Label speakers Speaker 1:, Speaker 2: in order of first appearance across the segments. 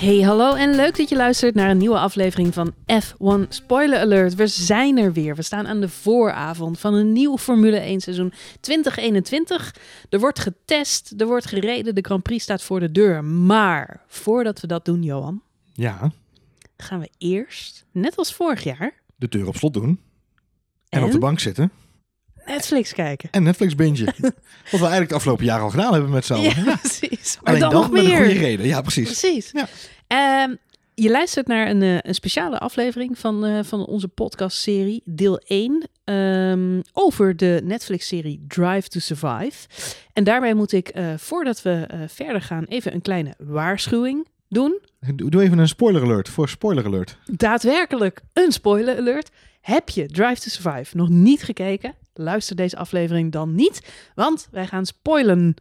Speaker 1: Hey, hallo en leuk dat je luistert naar een nieuwe aflevering van F1 Spoiler Alert. We zijn er weer. We staan aan de vooravond van een nieuw Formule 1 seizoen 2021. Er wordt getest, er wordt gereden, de Grand Prix staat voor de deur. Maar voordat we dat doen, Johan, gaan we eerst, net als vorig jaar,
Speaker 2: de deur op slot doen. En op de bank zitten.
Speaker 1: Netflix kijken.
Speaker 2: En Netflix bingen. Wat we eigenlijk het afgelopen jaar al gedaan hebben met z'n allen.
Speaker 1: Ja, precies. Maar
Speaker 2: alleen
Speaker 1: dan nog
Speaker 2: met
Speaker 1: meer.
Speaker 2: een goede reden. Ja, precies.
Speaker 1: Ja. Je luistert naar een speciale aflevering van onze podcastserie, deel 1, over de Netflix-serie Drive to Survive. En daarbij moet ik, voordat we verder gaan, even een kleine waarschuwing doen.
Speaker 2: Doe even een spoiler alert voor spoiler alert.
Speaker 1: Daadwerkelijk een spoiler alert. Heb je Drive to Survive nog niet gekeken? Luister deze aflevering dan niet, want wij gaan spoileren.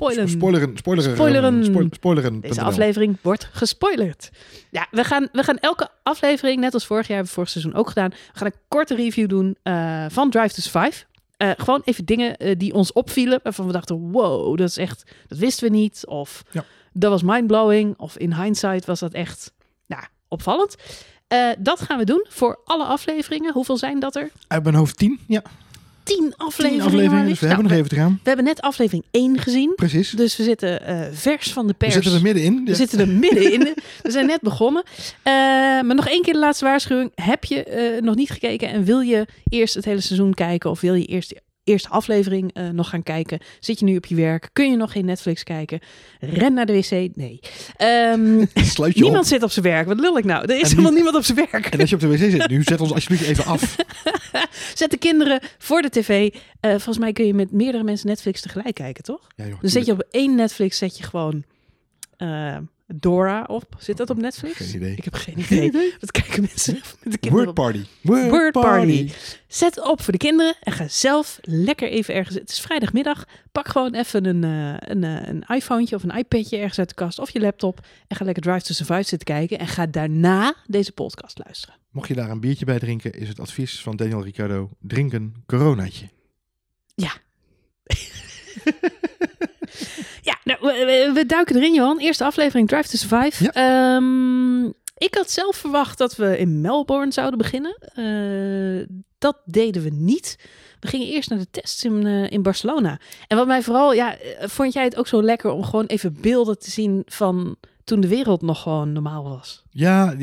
Speaker 1: Deze aflevering wordt gespoilerd. Ja, we gaan elke aflevering, net als vorig jaar, hebben we vorig seizoen ook gedaan. We gaan een korte review doen van Drive to Survive. Gewoon even dingen die ons opvielen, waarvan we dachten, wow, dat is echt, dat wisten we niet. Of dat was mindblowing. Of in hindsight was dat echt opvallend. Dat gaan we doen voor alle afleveringen. Hoeveel zijn dat er?
Speaker 2: Uit mijn hoofd 10, ja.
Speaker 1: 10 afleveringen.
Speaker 2: Dus we hebben nog even te gaan.
Speaker 1: We hebben net aflevering 1 gezien.
Speaker 2: Precies.
Speaker 1: Dus we zitten vers van de pers.
Speaker 2: We zitten er middenin. Ja.
Speaker 1: We zitten er middenin. We zijn net begonnen. Maar nog 1 keer de laatste waarschuwing. Heb je nog niet gekeken en wil je eerst het hele seizoen kijken? Of wil je eerst de eerste aflevering nog gaan kijken? Zit je nu op je werk? Kun je nog geen Netflix kijken? Ren naar de wc? Nee. Niemand zit op zijn werk. Wat lul ik nou? Er is helemaal niemand op zijn werk.
Speaker 2: En als je op de wc zit nu, zet ons alsjeblieft even af.
Speaker 1: Zet de kinderen voor de tv. Volgens mij kun je met meerdere mensen Netflix tegelijk kijken, toch?
Speaker 2: Ja, joh,
Speaker 1: dan zet je op 1 Netflix, zet je gewoon Dora op. Zit dat op Netflix?
Speaker 2: Geen idee.
Speaker 1: Ik heb geen idee. Dat kijken mensen met de kinderen
Speaker 2: Word Party.
Speaker 1: Zet het op voor de kinderen en ga zelf lekker even ergens. Het is vrijdagmiddag. Pak gewoon even een iPhone'tje of een iPadje ergens uit de kast of je laptop en ga lekker Drive to Survive zitten kijken en ga daarna deze podcast luisteren.
Speaker 2: Mocht je daar een biertje bij drinken, is het advies van Daniel Ricciardo: drink een coronaatje.
Speaker 1: Ja. Ja, nou, we duiken erin, Johan. Eerste aflevering, Drive to Survive. Ja. Ik had zelf verwacht dat we in Melbourne zouden beginnen. Dat deden we niet. We gingen eerst naar de tests in Barcelona. En wat mij vooral, vond jij het ook zo lekker om gewoon even beelden te zien van toen de wereld nog gewoon normaal was?
Speaker 2: Ja.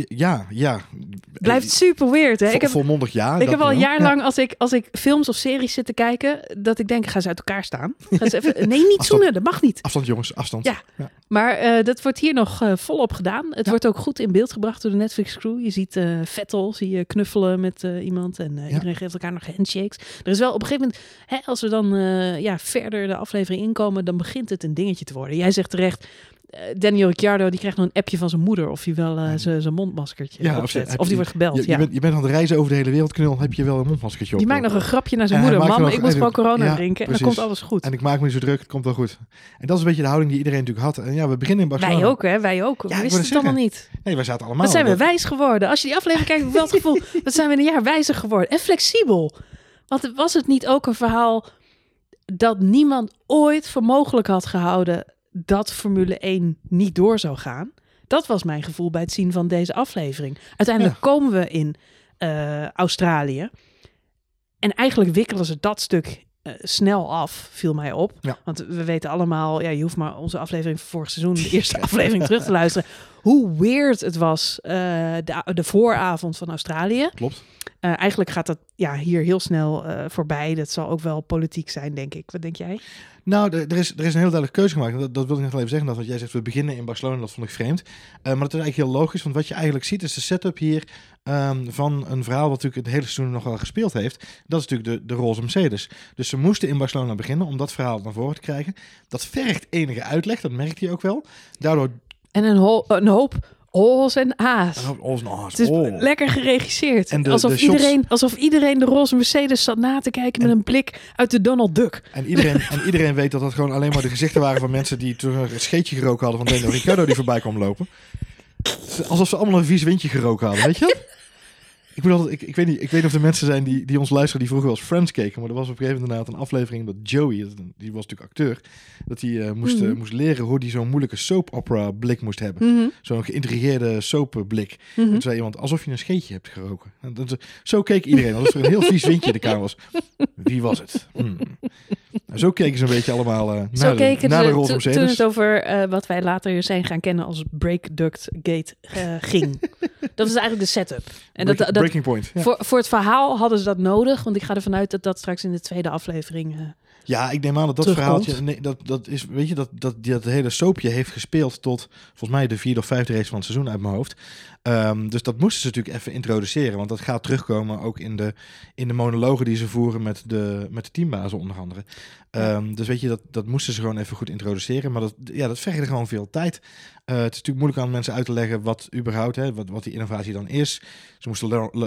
Speaker 1: Blijft super weird, hè?
Speaker 2: Volmondig ja.
Speaker 1: Ik heb al een jaar lang, als ik films of series zit te kijken, dat ik denk, gaan ze uit elkaar staan? Gaan ze even, nee, niet zoenen, dat mag niet.
Speaker 2: Afstand, jongens, afstand.
Speaker 1: Ja. Maar dat wordt hier nog volop gedaan. Het wordt ook goed in beeld gebracht door de Netflix crew. Je ziet Vettel, zie je knuffelen met iemand en iedereen geeft elkaar nog handshakes. Er is wel op een gegeven moment, als we dan verder de aflevering inkomen, dan begint het een dingetje te worden. Jij zegt terecht, Daniel Ricciardo, die krijgt nog een appje van zijn moeder of hij wel zijn mondmaskertje opzet. Of die wordt gebeld.
Speaker 2: Je bent aan het reizen over de hele wereld, knul, heb je wel een mondmaskertje op.
Speaker 1: Die maakt nog een grapje naar zijn moeder. Mam, ik moet gewoon corona drinken en dan komt alles goed.
Speaker 2: En ik maak me niet zo druk, het komt wel goed. En dat is een beetje de houding die iedereen natuurlijk had. En we beginnen in Barcelona.
Speaker 1: Wij ook. We wisten het allemaal niet.
Speaker 2: Nee, wij zaten allemaal.
Speaker 1: Wat zijn we wijs geworden. Als je die aflevering kijkt, heb ik wel het gevoel, wat zijn we in een jaar wijzer geworden. En flexibel. Want was het niet ook een verhaal dat niemand ooit voor mogelijk had gehouden dat Formule 1 niet door zou gaan? Dat was mijn gevoel bij het zien van deze aflevering. Uiteindelijk komen we in Australië. En eigenlijk wikkelen ze dat stuk snel af, viel mij op. Ja. Want we weten allemaal, je hoeft maar onze aflevering van vorig seizoen, de eerste aflevering terug te luisteren. Hoe weird het was de vooravond van Australië.
Speaker 2: Klopt.
Speaker 1: Eigenlijk gaat dat hier heel snel voorbij. Dat zal ook wel politiek zijn, denk ik. Wat denk jij?
Speaker 2: Nou, er is een heel duidelijke keuze gemaakt. Dat wil ik net wel even zeggen. Want jij zegt, we beginnen in Barcelona. Dat vond ik vreemd. Maar dat is eigenlijk heel logisch. Want wat je eigenlijk ziet, is de setup hier van een verhaal wat natuurlijk het hele seizoen nog wel gespeeld heeft. Dat is natuurlijk de roze Mercedes. Dus ze moesten in Barcelona beginnen om dat verhaal naar voren te krijgen. Dat vergt enige uitleg. Dat merkt hij ook wel. Daardoor...
Speaker 1: En een hoop O's en A's. Het is lekker geregisseerd.
Speaker 2: En
Speaker 1: alsof iedereen de roze Mercedes zat na te kijken met een blik uit de Donald Duck.
Speaker 2: En iedereen weet dat gewoon alleen maar de gezichten waren van mensen die toen een scheetje geroken hadden van Daniel Ricciardo die voorbij kwam lopen. Alsof ze allemaal een vies windje geroken hadden, weet je? Ik weet niet of er mensen zijn die ons luisteren die vroeger wel eens Friends keken. Maar er was op een gegeven moment inderdaad een aflevering dat Joey, die was natuurlijk acteur, dat hij moest leren hoe hij zo'n moeilijke soap opera blik moest hebben. Zo'n geïntrigeerde soap blik. En toen zei iemand, alsof je een scheetje hebt geroken. En zo keek iedereen, alsof er een heel vies windje in de kamer was. Wie was het? Zo keken ze een beetje allemaal naar de rol van Mercedes.
Speaker 1: Toen het over wat wij later zijn gaan kennen als Breakduct Gate ging. Dat is eigenlijk de setup. En
Speaker 2: breaking point. Ja.
Speaker 1: Voor het verhaal hadden ze dat nodig. Want ik ga ervan uit dat dat straks in de tweede aflevering
Speaker 2: ja, ik neem aan dat verhaaltje... Nee, dat is, weet je, dat hele soapje heeft gespeeld tot volgens mij de 4e of 5e race van het seizoen uit mijn hoofd. Dus dat moesten ze natuurlijk even introduceren. Want dat gaat terugkomen ook in de monologen die ze voeren met de teambazen onder andere. Dus weet je, dat moesten ze gewoon even goed introduceren. Maar dat vergde gewoon veel tijd. Het is natuurlijk moeilijk aan mensen uit te leggen wat überhaupt, wat die innovatie dan is. Ze moesten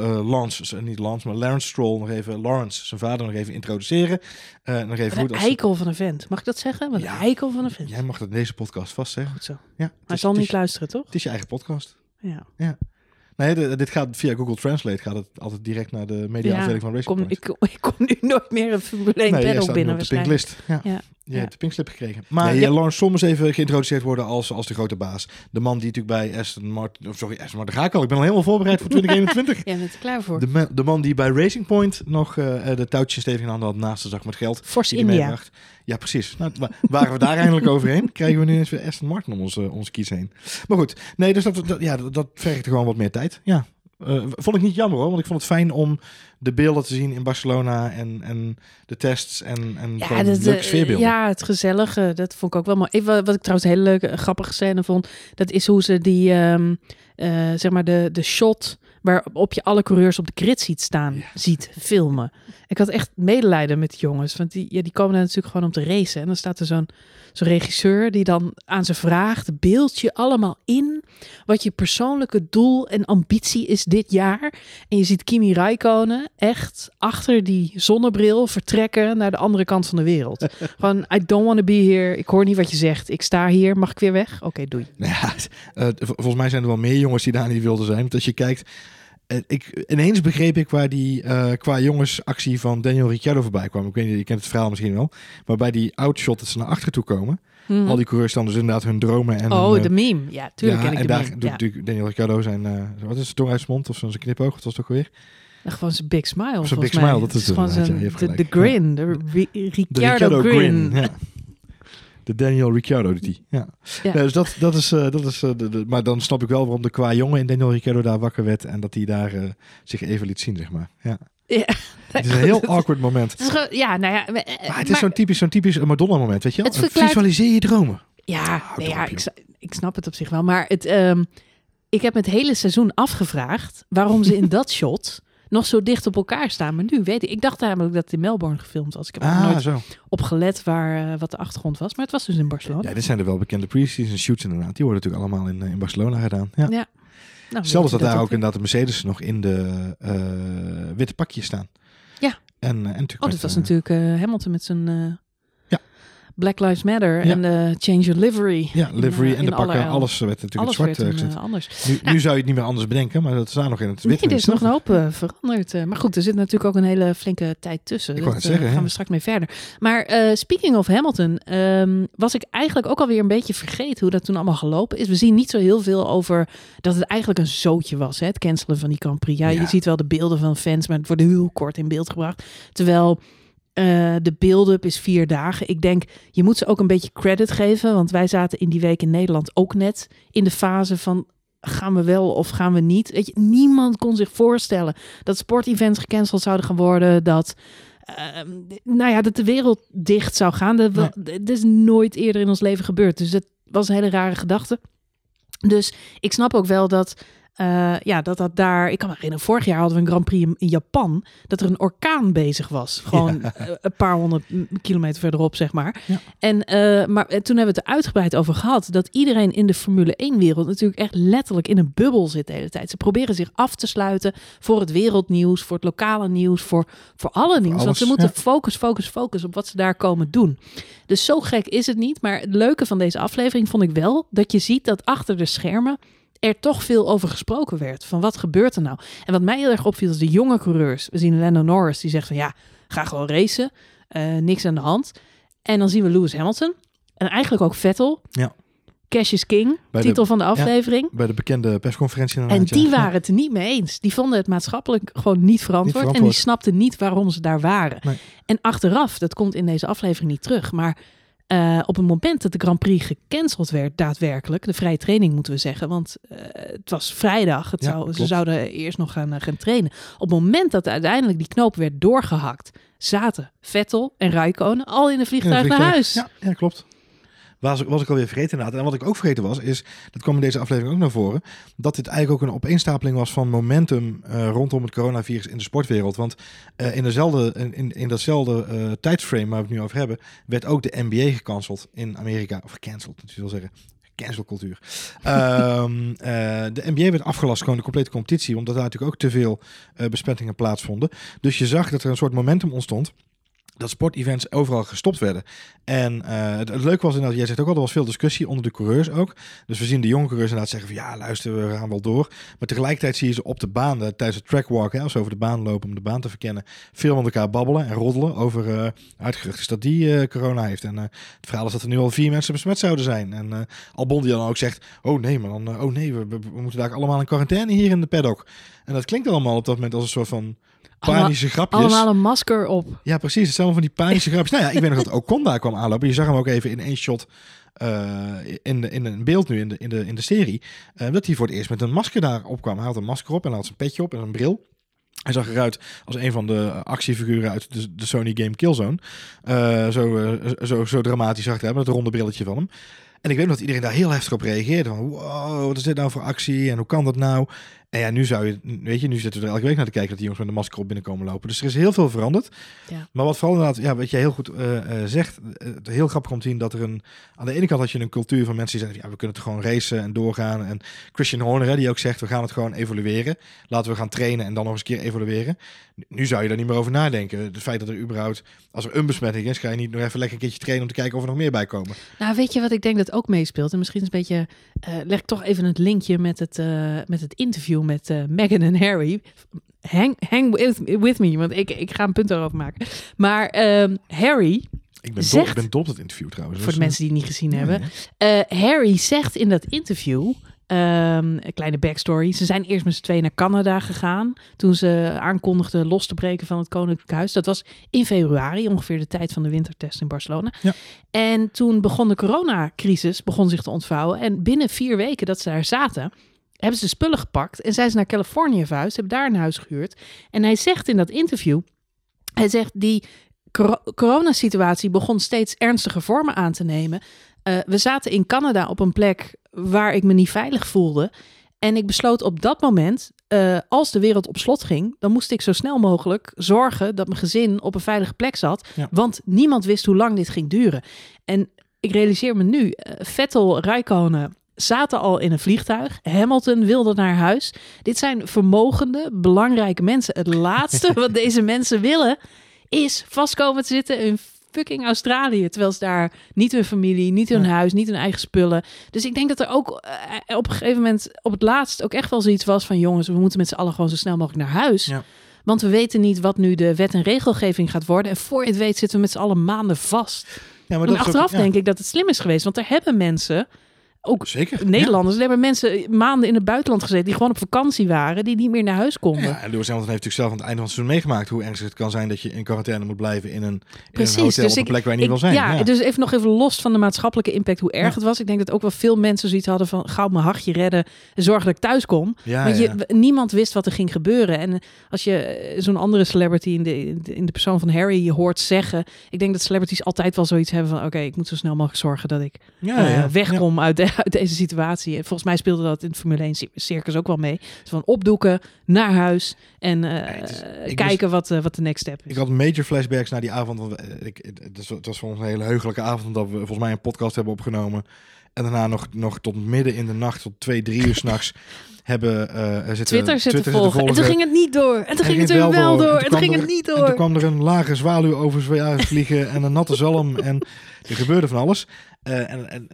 Speaker 2: Lawrence Stroll nog even, Lawrence, zijn vader, nog even introduceren. Nog even
Speaker 1: een eikel van een vent. Mag ik dat zeggen? Wat een eikel van een vent.
Speaker 2: Jij mag dat in deze podcast vast zeggen.
Speaker 1: Goed zo.
Speaker 2: Ja,
Speaker 1: hij zal niet luisteren, toch?
Speaker 2: Het is je eigen podcast.
Speaker 1: Ja.
Speaker 2: Nee, dit gaat via Google Translate. Gaat het altijd direct naar de mediaafdeling van Racing Point.
Speaker 1: Ik kom nu nooit meer een Formule 1 panel binnen.
Speaker 2: Op de pinklist. Je hebt de pinkslip gekregen. Maar Lawrence Stroll moest even geïntroduceerd worden als de grote baas. De man die natuurlijk bij Aston Martin... Aston Martin, daar ga ik al. Ik ben al helemaal voorbereid voor 2021.
Speaker 1: Jij bent er klaar voor.
Speaker 2: De man die bij Racing Point nog de touwtjes stevig in handen had naast de zak met geld.
Speaker 1: Force India.
Speaker 2: Ja, precies. Nou, waren we daar eindelijk overheen? Krijgen we nu eens weer Aston Martin om onze kies heen. Maar goed. Nee, dus dat vergt gewoon wat meer tijd. Ja. Vond ik niet jammer hoor, want ik vond het fijn om de beelden te zien in Barcelona en de tests en leuke sfeerbeelden.
Speaker 1: Ja, het gezellige, dat vond ik ook wel mooi. Wat ik trouwens een hele leuke, grappige scène vond, dat is hoe ze die, zeg maar de shot waarop je alle coureurs op de grid ziet filmen. Ik had echt medelijden met die jongens, want die komen daar natuurlijk gewoon om te racen. En dan staat er zo'n regisseur die dan aan ze vraagt, beeld je allemaal in wat je persoonlijke doel en ambitie is dit jaar. En je ziet Kimi Räikkönen echt achter die zonnebril vertrekken naar de andere kant van de wereld. Gewoon, I don't want to be here. Ik hoor niet wat je zegt. Ik sta hier. Mag ik weer weg? Oké, doei.
Speaker 2: Nou ja, volgens mij zijn er wel meer jongens die daar niet wilden zijn. Want als je kijkt, ineens begreep ik waar die qua jongensactie van Daniel Ricciardo voorbij kwam. Ik weet niet, je kent het verhaal misschien wel. Waarbij die outshot dat ze naar achter toe komen. Al die coureurs dan dus inderdaad hun dromen. En
Speaker 1: de meme. Ja, tuurlijk ken ik de meme. En daar
Speaker 2: doet natuurlijk Daniel Ricciardo zijn, wat is het, tong uit zijn mond of zijn knipoog? Wat was het ook alweer?
Speaker 1: Gewoon zijn big smile.
Speaker 2: Of zijn big smile, dat is
Speaker 1: gewoon de grin. De Ricciardo grin.
Speaker 2: Ja. De Daniel Ricciardo doet die. Ja. Dus dat is maar dan snap ik wel waarom de qua jongen in Daniel Ricciardo daar wakker werd en dat hij daar zich even liet zien, zeg maar. Ja. Het is een heel awkward moment.
Speaker 1: Maar
Speaker 2: het is zo'n typisch Madonna moment, weet je wel? Visualiseer je dromen.
Speaker 1: Ik snap het op zich wel. Maar ik heb me het hele seizoen afgevraagd waarom ze in dat shot nog zo dicht op elkaar staan. Maar nu weet ik. Ik dacht namelijk dat het in Melbourne gefilmd was. Ik heb er nooit op gelet wat de achtergrond was. Maar het was dus in Barcelona.
Speaker 2: Ja, dit zijn de welbekende pre-season shoots inderdaad. Die worden natuurlijk allemaal in Barcelona gedaan. Ja.
Speaker 1: Nou,
Speaker 2: zelfs dat daar ook inderdaad de Mercedes nog in de witte pakjes staan.
Speaker 1: Ja.
Speaker 2: En natuurlijk
Speaker 1: dat was natuurlijk Hamilton met zijn Black Lives Matter en change your livery.
Speaker 2: Ja, livery en de pakken, alles werd natuurlijk
Speaker 1: alles
Speaker 2: zwart gezet.
Speaker 1: Anders.
Speaker 2: Nu zou je het niet meer anders bedenken, maar dat staat nog in het wit.
Speaker 1: Nee, er is nog een hoop veranderd. Maar goed, er zit natuurlijk ook een hele flinke tijd tussen.
Speaker 2: Ik wou het zeggen,
Speaker 1: gaan we straks mee verder. Maar speaking of Hamilton, was ik eigenlijk ook alweer een beetje vergeten hoe dat toen allemaal gelopen is. We zien niet zo heel veel over dat het eigenlijk een zootje was, het cancelen van die Grand Prix. Ja, je ziet wel de beelden van fans, maar het wordt heel kort in beeld gebracht. Terwijl de build-up is 4 dagen. Ik denk, je moet ze ook een beetje credit geven. Want wij zaten in die week in Nederland ook net in de fase van gaan we wel of gaan we niet? Weet je, niemand kon zich voorstellen dat sportevents gecanceld zouden gaan worden. Dat dat de wereld dicht zou gaan. Dat is nooit eerder in ons leven gebeurd. Dus dat was een hele rare gedachte. Dus ik snap ook wel dat dat daar... Ik kan me herinneren, vorig jaar hadden we een Grand Prix in Japan, dat er een orkaan bezig was. Gewoon een paar 100 kilometer verderop, zeg maar. Ja. En maar toen hebben we het er uitgebreid over gehad, dat iedereen in de Formule 1-wereld natuurlijk echt letterlijk in een bubbel zit de hele tijd. Ze proberen zich af te sluiten voor het wereldnieuws, voor het lokale nieuws, voor alle nieuws. Alles, want ze moeten focus op wat ze daar komen doen. Dus zo gek is het niet. Maar het leuke van deze aflevering vond ik wel dat je ziet dat achter de schermen er toch veel over gesproken werd. Van wat gebeurt er nou? En wat mij heel erg opviel is de jonge coureurs. We zien Lando Norris die zegt van ja, ga gewoon racen. Niks aan de hand. En dan zien we Lewis Hamilton. En eigenlijk ook Vettel.
Speaker 2: Ja.
Speaker 1: Cash is King, titel van de aflevering.
Speaker 2: Bij de bekende persconferentie.
Speaker 1: En die waren het er niet mee eens. Die vonden het maatschappelijk gewoon niet verantwoord. En die snapten niet waarom ze daar waren. Nee. En achteraf, dat komt in deze aflevering niet terug. Maar op het moment dat de Grand Prix gecanceld werd, daadwerkelijk. De vrije training moeten we zeggen. Want het was vrijdag. Ze zouden eerst nog gaan trainen. Op het moment dat uiteindelijk die knoop werd doorgehakt, zaten Vettel en Räikkönen al in de vliegtuig naar huis.
Speaker 2: Ja, klopt. Was ik alweer vergeten inderdaad. En wat ik ook vergeten was, is, dat kwam in deze aflevering ook naar voren, dat dit eigenlijk ook een opeenstapeling was van momentum rondom het coronavirus in de sportwereld. Want in datzelfde tijdsframe waar we het nu over hebben, werd ook de NBA gecanceld in Amerika. Of gecanceld, moet je wel zeggen. Cancelcultuur. De NBA werd afgelast, gewoon de complete competitie, omdat daar natuurlijk ook te veel besmettingen plaatsvonden. Dus je zag dat er een soort momentum ontstond, dat sportevents overal gestopt werden. En het leuke was inderdaad, jij zegt ook al, er was veel discussie onder de coureurs ook. Dus we zien de jonge coureurs inderdaad zeggen van ja, luister, we gaan wel door. Maar tegelijkertijd zie je ze op de baan, tijdens het trackwalk, als ze over de baan lopen om de baan te verkennen, veel met elkaar babbelen en roddelen over uitgerucht is dat die corona heeft. En het verhaal is dat er nu al 4 mensen besmet zouden zijn. En Albon die dan ook zegt, we moeten daar allemaal in quarantaine hier in de paddock. En dat klinkt allemaal op dat moment als een soort van panische grapjes.
Speaker 1: Allemaal een masker op.
Speaker 2: Ja, precies. Het zijn allemaal van die panische grapjes. Nou ja, ik weet nog dat Ocon daar kwam aanlopen. Je zag hem ook even in 1 shot in een beeld nu in de serie. Dat hij voor het eerst met een masker daar opkwam. Hij had een masker op en hij had zijn petje op en een bril. Hij zag eruit als een van de actiefiguren uit de Sony game Killzone. Zo dramatisch zag hij met het ronde brilletje van hem. En ik weet nog dat iedereen daar heel heftig op reageerde. Van, wow, wat is dit nou voor actie? En hoe kan dat nou? En ja, nu zitten we er elke week naar te kijken dat die jongens met de masker op binnenkomen lopen. Dus er is heel veel veranderd. Ja. Maar wat vooral inderdaad, wat jij heel goed zegt, heel grappig om te zien dat er aan de ene kant had je een cultuur van mensen die zeggen, we kunnen het gewoon racen en doorgaan. En Christian Horner, die ook zegt, we gaan het gewoon evalueren. Laten we gaan trainen en dan nog eens een keer evalueren. Nu zou je daar niet meer over nadenken. Het feit dat er überhaupt, als er een besmetting is, ga je niet nog even lekker een keertje trainen om te kijken of er nog meer bij komen.
Speaker 1: Nou, weet je wat ik denk dat ook meespeelt? En misschien is een beetje, leg ik toch even het linkje met het interview met Meghan en Harry. Hang with me, want ik ga een punt daarover maken. Maar Harry
Speaker 2: Ik ben dol op dat interview trouwens.
Speaker 1: Voor de mensen die het niet gezien hebben. Harry zegt in dat interview, een kleine backstory. Ze zijn eerst met z'n tweeën naar Canada gegaan toen ze aankondigden los te breken van het Koninklijk Huis. Dat was in februari, ongeveer de tijd van de wintertest in Barcelona. Ja. En toen begon de coronacrisis zich te ontvouwen. En binnen 4 weken dat ze daar zaten, hebben ze de spullen gepakt en zijn ze naar Californië verhuisd, hebben daar een huis gehuurd. En hij zegt in dat interview, die coronasituatie begon steeds ernstiger vormen aan te nemen. We zaten in Canada op een plek waar ik me niet veilig voelde. En ik besloot op dat moment, als de wereld op slot ging, dan moest ik zo snel mogelijk zorgen dat mijn gezin op een veilige plek zat. Ja. Want niemand wist hoe lang dit ging duren. En ik realiseer me nu, Vettel, Räikkönen zaten al in een vliegtuig. Hamilton wilde naar huis. Dit zijn vermogende, belangrijke mensen. Het laatste wat deze mensen willen is vastkomen te zitten in fucking Australië. Terwijl ze daar niet hun familie, niet hun huis, niet hun eigen spullen. Dus ik denk dat er ook op een gegeven moment op het laatst ook echt wel zoiets was van jongens, we moeten met z'n allen gewoon zo snel mogelijk naar huis. Ja. Want we weten niet wat nu de wet en regelgeving gaat worden. En voor je het weet zitten we met z'n allen maanden vast. Ja, maar achteraf denk ik dat het slim is geweest. Want er hebben mensen, ook zeker Nederlanders, er hebben mensen maanden in het buitenland gezeten die gewoon op vakantie waren, die niet meer naar huis konden.
Speaker 2: Ja, en Lewis Hamilton heeft natuurlijk zelf aan het einde van het seizoen meegemaakt hoe ernstig het kan zijn dat je in quarantaine moet blijven in een hotel dus op een plek waar je niet wil zijn.
Speaker 1: Ja, dus even los van de maatschappelijke impact, hoe erg het was. Ik denk dat ook wel veel mensen zoiets hadden van gauw mijn hachje redden en zorgen dat ik thuis kom. Want niemand wist wat er ging gebeuren. En als je zo'n andere celebrity in de persoon van Harry je hoort zeggen, ik denk dat celebrities altijd wel zoiets hebben van oké, ik moet zo snel mogelijk zorgen dat ik wegkom uit deze situatie. En volgens mij speelde dat in het Formule 1 circus ook wel mee. Dus van opdoeken, naar huis en kijken wat de next step is.
Speaker 2: Ik had major flashbacks naar die avond. Want het was voor ons een hele heugelijke avond, omdat we volgens mij een podcast hebben opgenomen. En daarna nog tot midden in de nacht, tot 2-3 uur 's nachts hebben
Speaker 1: Twitter zitten volgen. En toen ging het niet door. En toen ging het er wel door. En toen ging het niet door. En
Speaker 2: toen kwam er een lage zwaluw over vliegen en een natte zalm. En er gebeurde van alles.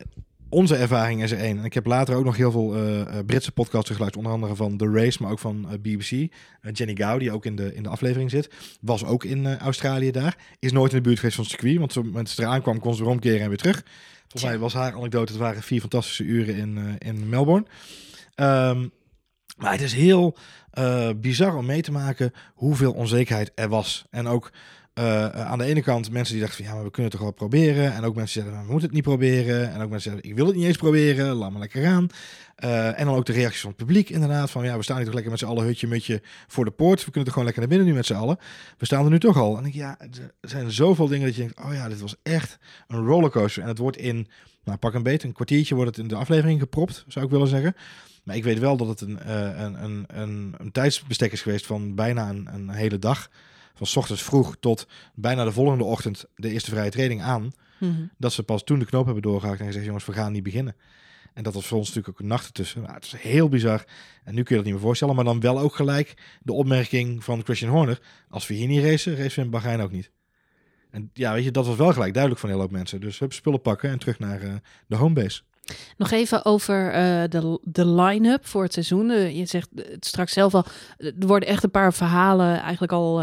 Speaker 2: onze ervaring is er één. En ik heb later ook nog heel veel Britse podcasts geluisterd. Onder andere van The Race, maar ook van BBC. Jenny Gow, die ook in de aflevering zit. Was ook in Australië daar. Is nooit in de buurt geweest van het circuit. Want toen ze eraan kwam, kon ze weer omkeren en weer terug. Volgens mij was haar anekdote. Het waren 4 fantastische uren in Melbourne. Maar het is heel bizar om mee te maken hoeveel onzekerheid er was. En ook aan de ene kant mensen die dachten van ja, maar we kunnen het toch wel proberen. En ook mensen die zeggen we moeten het niet proberen. En ook mensen zeggen ik wil het niet eens proberen. Laat maar lekker aan. En dan ook de reacties van het publiek inderdaad. Van ja, we staan hier toch lekker met z'n allen hutje-mutje voor de poort. We kunnen toch gewoon lekker naar binnen nu met z'n allen. We staan er nu toch al. En ik ja, er zijn zoveel dingen dat je denkt oh ja, dit was echt een rollercoaster. En het wordt in, nou pak een beet, een kwartiertje wordt het in de aflevering gepropt, zou ik willen zeggen. Maar ik weet wel dat het een tijdsbestek is geweest van bijna een hele dag. Van 's ochtends vroeg tot bijna de volgende ochtend de eerste vrije training aan. Mm-hmm. Dat ze pas toen de knoop hebben doorgehakt en gezegd jongens, we gaan niet beginnen. En dat was voor ons natuurlijk ook een nacht ertussen. Nou, het is heel bizar. En nu kun je dat niet meer voorstellen. Maar dan wel ook gelijk de opmerking van Christian Horner. Als we hier niet racen we in Bahrein ook niet. En ja, weet je, dat was wel gelijk duidelijk van een hele hoop mensen. Dus hup, spullen pakken en terug naar de homebase.
Speaker 1: Nog even over de line-up voor het seizoen. Je zegt het straks zelf al, er worden echt een paar verhalen eigenlijk al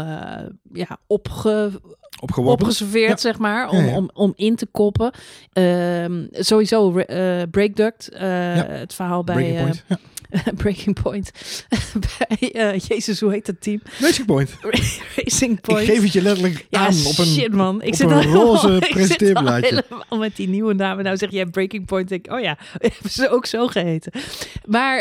Speaker 1: opgeserveerd, zeg maar, om in te koppen. Sowieso Breakduct, het verhaal bij...
Speaker 2: Breaking Point,
Speaker 1: Breaking Point. Bij, Jezus, hoe heet dat team?
Speaker 2: Racing Point.
Speaker 1: Racing Point.
Speaker 2: Ik geef het je letterlijk aan op een,
Speaker 1: shit, man.
Speaker 2: Ik zit een roze presenteerblaadje.
Speaker 1: Helemaal met die nieuwe namen. Nou zeg jij Breaking Point. Denk ik, oh ja, hebben ze ook zo geheten. Maar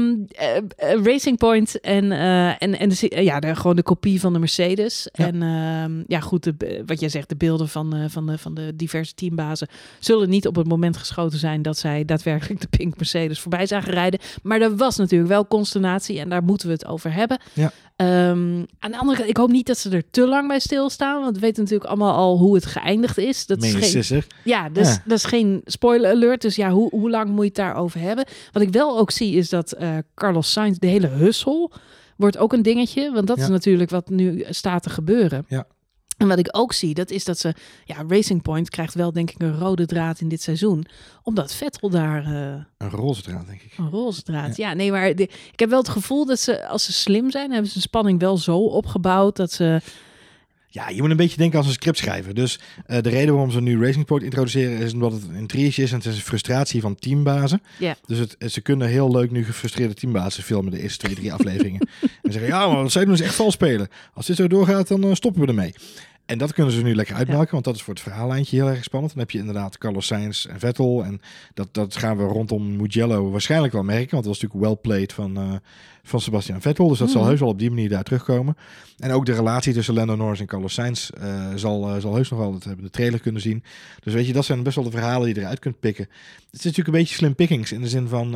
Speaker 1: Racing Point en gewoon de kopie van de Mercedes. Ja. En goed, wat jij zegt, de beelden van de diverse teambazen zullen niet op het moment geschoten zijn dat zij daadwerkelijk de Pink Mercedes voorbij zagen rijden. Maar er was natuurlijk wel consternatie en daar moeten we het over hebben. Ja. Aan de andere kant, ik hoop niet dat ze er te lang bij stilstaan, want we weten natuurlijk allemaal al hoe het geëindigd is. Dat is geen, dat is geen spoiler alert, dus ja, hoe lang moet je het daarover hebben? Wat ik wel ook zie is dat Carlos Sainz, de hele hussel, wordt ook een dingetje, want dat is natuurlijk wat nu staat te gebeuren. Ja. En wat ik ook zie, dat is dat ze... Ja, Racing Point krijgt wel denk ik een rode draad in dit seizoen. Omdat Vettel daar...
Speaker 2: een roze draad, denk ik.
Speaker 1: Een roze draad, ja. Nee, maar ik heb wel het gevoel dat ze, als ze slim zijn, hebben ze de spanning wel zo opgebouwd dat ze...
Speaker 2: Ja, je moet een beetje denken als een script schrijven. Dus de reden waarom ze nu Racing Point introduceren is omdat het een triage is en het is een frustratie van teambazen. Yeah. Dus ze kunnen heel leuk nu gefrustreerde teambazen filmen de eerste 2-3 afleveringen. En zeggen, ja, maar zij doen dus echt vals spelen. Als dit zo doorgaat, dan stoppen we ermee. En dat kunnen ze nu lekker uitmelken, want dat is voor het verhaallijntje heel erg spannend. Dan heb je inderdaad Carlos Sainz en Vettel. En dat gaan we rondom Mugello waarschijnlijk wel merken, want dat was natuurlijk well played van Sebastian Vettel. Dus dat zal heus wel op die manier daar terugkomen. En ook de relatie tussen Lando Norris en Carlos Sainz zal heus nog wel, dat hebben de trailer kunnen zien. Dus weet je, dat zijn best wel de verhalen die je eruit kunt pikken. Het is natuurlijk een beetje slim pickings in de zin van,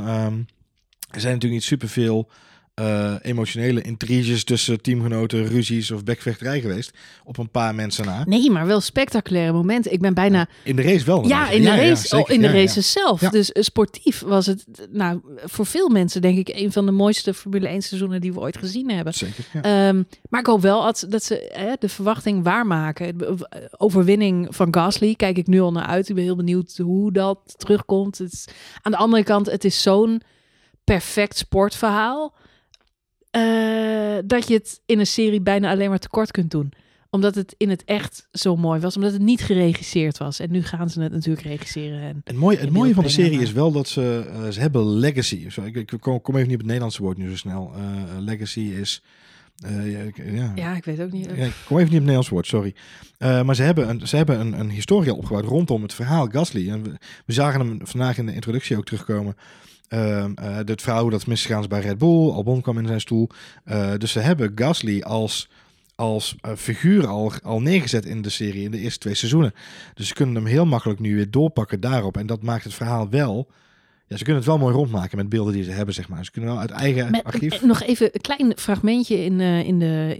Speaker 2: er zijn natuurlijk niet superveel emotionele intriges tussen teamgenoten, ruzies of bekvechterij geweest. Op een paar mensen na.
Speaker 1: Nee, maar wel spectaculaire momenten. Ik ben bijna...
Speaker 2: In de race wel.
Speaker 1: Ja, in de race, in de races zelf. Ja. Dus sportief was het, nou, voor veel mensen denk ik een van de mooiste Formule 1 seizoenen die we ooit gezien hebben.
Speaker 2: Zeker, ja.
Speaker 1: Maar ik hoop wel dat ze de verwachting waarmaken. De overwinning van Gasly kijk ik nu al naar uit. Ik ben heel benieuwd hoe dat terugkomt. Aan de andere kant, het is zo'n perfect sportverhaal. Dat je het in een serie bijna alleen maar tekort kunt doen. Omdat het in het echt zo mooi was. Omdat het niet geregisseerd was. En nu gaan ze het natuurlijk regisseren. En
Speaker 2: het mooie van de serie is wel dat ze hebben legacy. Ik kom even niet op het Nederlandse woord nu zo snel. Legacy is...
Speaker 1: ik weet ook niet.
Speaker 2: Ja, ik kom even niet op het Nederlands woord, sorry. Maar ze hebben een historie al opgebouwd rondom het verhaal Gasly. En we zagen hem vandaag in de introductie ook terugkomen. Het verhaal dat misgegaan is bij Red Bull. Albon kwam in zijn stoel. Dus ze hebben Gasly als figuur al neergezet in de serie in de eerste 2 seizoenen. Dus ze kunnen hem heel makkelijk nu weer doorpakken daarop. En dat maakt het verhaal wel... Ja, ze kunnen het wel mooi rondmaken met beelden die ze hebben, zeg maar. Ze kunnen wel uit eigen archief...
Speaker 1: Nog even een klein fragmentje in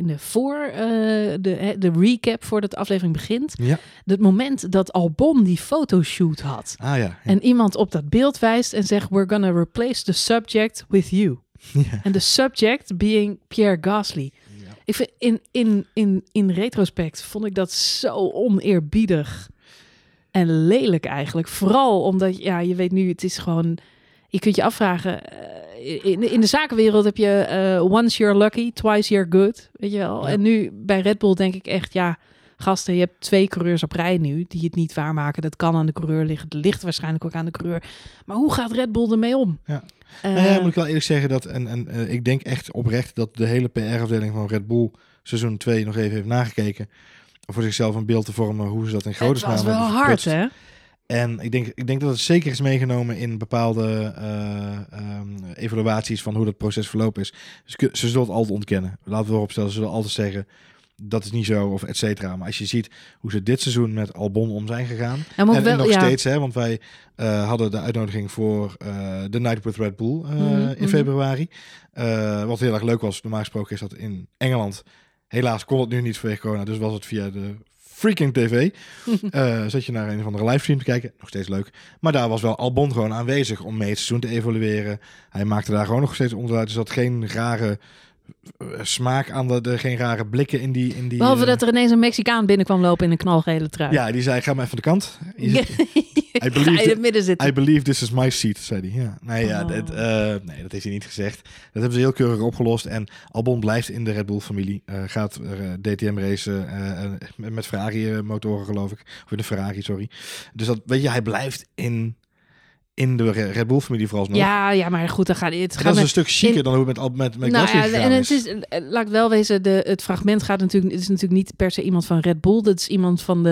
Speaker 1: de recap voordat de aflevering begint. Ja. Het moment dat Albon die fotoshoot had.
Speaker 2: Ja.
Speaker 1: En iemand op dat beeld wijst en zegt... We're gonna replace the subject with you. Ja. En the subject being Pierre Gasly. Ja. Ik vind in retrospect vond ik dat zo oneerbiedig. En lelijk eigenlijk. Vooral omdat, je weet nu, het is gewoon... Je kunt je afvragen... In de zakenwereld heb je once you're lucky, twice you're good. Weet je wel? Ja. En nu bij Red Bull denk ik echt, gasten, je hebt 2 coureurs op rij nu die het niet waarmaken. Dat kan aan de coureur liggen. Het ligt waarschijnlijk ook aan de coureur. Maar hoe gaat Red Bull ermee om?
Speaker 2: Ja. Moet ik wel eerlijk zeggen dat... En ik denk echt oprecht dat de hele PR-afdeling van Red Bull seizoen 2 nog even heeft nagekeken. Om voor zichzelf een beeld te vormen hoe ze dat in grote schaal hebben.
Speaker 1: Het was wel hard, hè?
Speaker 2: En ik denk dat het zeker is meegenomen in bepaalde evaluaties van hoe dat proces verlopen is. Dus ze zullen het altijd ontkennen. Laten we erop stellen, ze zullen altijd zeggen... dat is niet zo, of et cetera. Maar als je ziet hoe ze dit seizoen met Albon om zijn gegaan... En nog steeds, hè, want wij hadden de uitnodiging voor The Night with Red Bull in februari. Wat heel erg leuk was, normaal gesproken is dat in Engeland. Helaas kon het nu niet vanwege corona, dus was het via de freaking tv. Zat je naar een of andere livestream te kijken. Nog steeds leuk. Maar daar was wel Albon gewoon aanwezig om mee het seizoen te evalueren. Hij maakte daar gewoon nog steeds onderuit. Dus dat geen rare... smaak aan geen rare blikken in die...
Speaker 1: Behalve dat er ineens een Mexicaan binnenkwam lopen in een knalgele trui.
Speaker 2: Ja, die zei, ga maar even de kant. I believe this is my seat, zei hij. Ja. Nee, dat heeft hij niet gezegd. Dat hebben ze heel keurig opgelost. En Albon blijft in de Red Bull-familie. Gaat DTM racen met Ferrari-motoren, geloof ik. Of in de Ferrari, sorry. Dus dat, weet je, hij blijft in de Red Bull-familie vooralsnog.
Speaker 1: Ja, maar goed, dan gaat het.
Speaker 2: Dat is een stuk chiquer dan hoe het met Gasly gegaan
Speaker 1: is. Laat ik wel wezen, het fragment gaat natuurlijk... Het is natuurlijk niet per se iemand van Red Bull. Dat is iemand van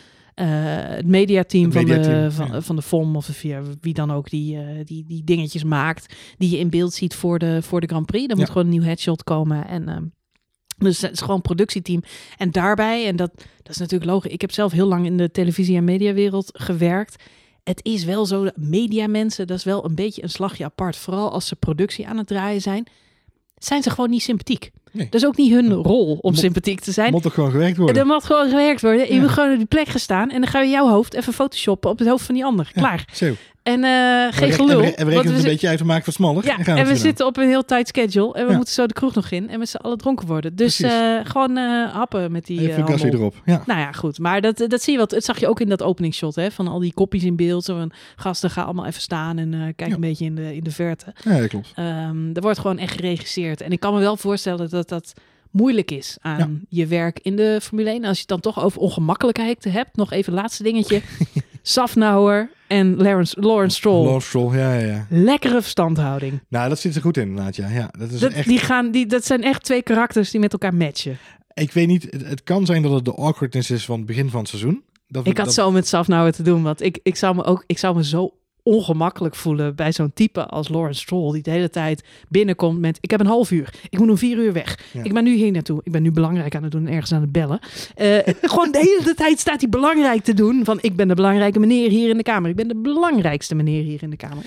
Speaker 1: het mediateam van de FOM of via wie dan ook die dingetjes maakt. Die je in beeld ziet voor de Grand Prix. Er moet gewoon een nieuw headshot komen. En dus het is gewoon een productieteam. En daarbij, en dat is natuurlijk logisch. Ik heb zelf heel lang in de televisie- en mediawereld gewerkt. Het is wel zo, mediamensen, dat is wel een beetje een slagje apart. Vooral als ze productie aan het draaien zijn ze gewoon niet sympathiek. Nee. Dat is ook niet hun rol om sympathiek te zijn.
Speaker 2: Moet toch gewoon gewerkt worden?
Speaker 1: Er moet gewoon gewerkt worden. Ja. Je moet gewoon op die plek gaan staan en dan ga je jouw hoofd even photoshoppen op het hoofd van die ander. Klaar.
Speaker 2: Zo.
Speaker 1: En geen gelul.
Speaker 2: En we rekenen het een beetje uit, we maken het smaller.
Speaker 1: Ja, en we zitten op een heel tight schedule. En we moeten zo de kroeg nog in. En met z'n allen dronken worden. Dus gewoon happen met die
Speaker 2: even Gasly erop. Ja.
Speaker 1: Nou ja, goed. Maar dat zie je wat. Het zag je ook in dat openingsshot. Hè, van al die kopjes in beeld. Zo van gasten, gaan allemaal even staan. En kijk een beetje in de verte.
Speaker 2: Ja, dat klopt.
Speaker 1: Er wordt gewoon echt geregisseerd. En ik kan me wel voorstellen dat moeilijk is aan je werk in de Formule 1. Als je het dan toch over ongemakkelijkheid hebt. Nog even het laatste dingetje. Safnauer en Lawrence Stroll.
Speaker 2: Lawrence Stroll, ja.
Speaker 1: Lekkere verstandhouding.
Speaker 2: Nou, dat zit er goed in inderdaad, ja. Dat is
Speaker 1: dat zijn echt 2 karakters die met elkaar matchen.
Speaker 2: Ik weet niet, het kan zijn dat het de awkwardness is van het begin van het seizoen.
Speaker 1: Ik had zo met Safnauer te doen, want ik zou me zo ongemakkelijk voelen bij zo'n type als Lawrence Stroll, die de hele tijd binnenkomt met, ik heb een half uur, ik moet om 4 uur weg. Ja. Ik ben nu hier naartoe. Ik ben nu belangrijk aan het doen en ergens aan het bellen. Gewoon de hele tijd staat hij belangrijk te doen, van ik ben de belangrijke meneer hier in de kamer. Ik ben de belangrijkste meneer hier in de kamer.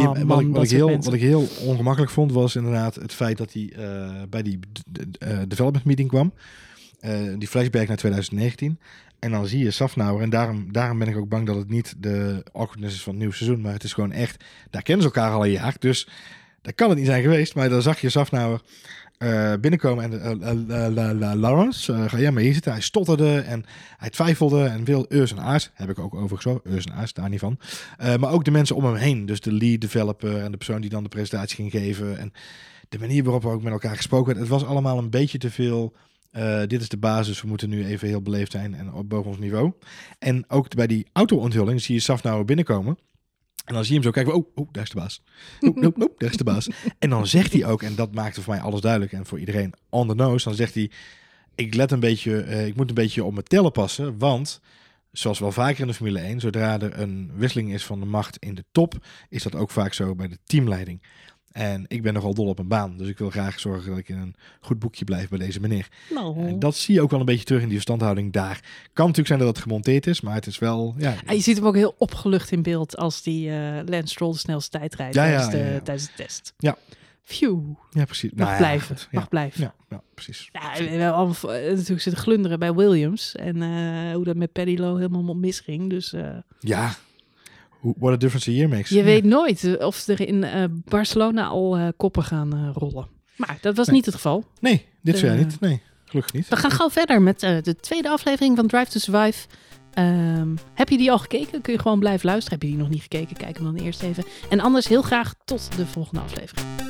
Speaker 1: Wat
Speaker 2: ik heel ongemakkelijk vond, was inderdaad het feit dat hij bij die development meeting kwam. Die flashback naar 2019. En dan zie je Safnauer. En daarom ben ik ook bang dat het niet de awkwardness is van het nieuwe seizoen. Maar het is gewoon echt... Daar kennen ze elkaar al een jaar. Dus dat kan het niet zijn geweest. Maar dan zag je Safnauer binnenkomen. En Lawrence, ga jij maar hier zitten. Hij stotterde en hij twijfelde. En veel eus en aars. Heb ik ook overigens zo. Eus en aars, daar niet van. Maar ook de mensen om hem heen. Dus de lead developer en de persoon die dan de presentatie ging geven. En de manier waarop er ook met elkaar gesproken werd. Het was allemaal een beetje te veel... dit is de basis, we moeten nu even heel beleefd zijn en op boven ons niveau. En ook bij die auto-onthulling zie je Safnauer binnenkomen. En dan zie je hem zo kijken, oh, daar is de baas. Daar is de baas. En dan zegt hij ook, en dat maakte voor mij alles duidelijk en voor iedereen on the nose, dan zegt hij, ik moet een beetje op mijn tellen passen, want... Zoals wel vaker in de Formule 1, zodra er een wisseling is van de macht in de top, is dat ook vaak zo bij de teamleiding. En ik ben nogal dol op een baan. Dus ik wil graag zorgen dat ik in een goed boekje blijf bij deze meneer. En dat zie je ook wel een beetje terug in die verstandhouding daar. Kan natuurlijk zijn dat het gemonteerd is, maar het is wel... Ja.
Speaker 1: En je ziet hem ook heel opgelucht in beeld als die Lance Stroll de snelste tijd rijdt tijdens de test.
Speaker 2: Ja.
Speaker 1: Phew.
Speaker 2: Ja, precies.
Speaker 1: Mag blijven.
Speaker 2: Ja, precies.
Speaker 1: Ja, we hebben allemaal natuurlijk zitten glunderen bij Williams. En hoe dat met Paddy Lowe helemaal misging. Dus...
Speaker 2: Ja. What a difference a year makes.
Speaker 1: Je weet nooit of er in Barcelona al koppen gaan rollen. Maar dat was niet het geval.
Speaker 2: Nee, dit jaar niet. Nee, gelukkig niet.
Speaker 1: We gaan gauw verder met de tweede aflevering van Drive to Survive. Heb je die al gekeken? Kun je gewoon blijven luisteren. Heb je die nog niet gekeken? Kijk hem dan eerst even. En anders heel graag tot de volgende aflevering.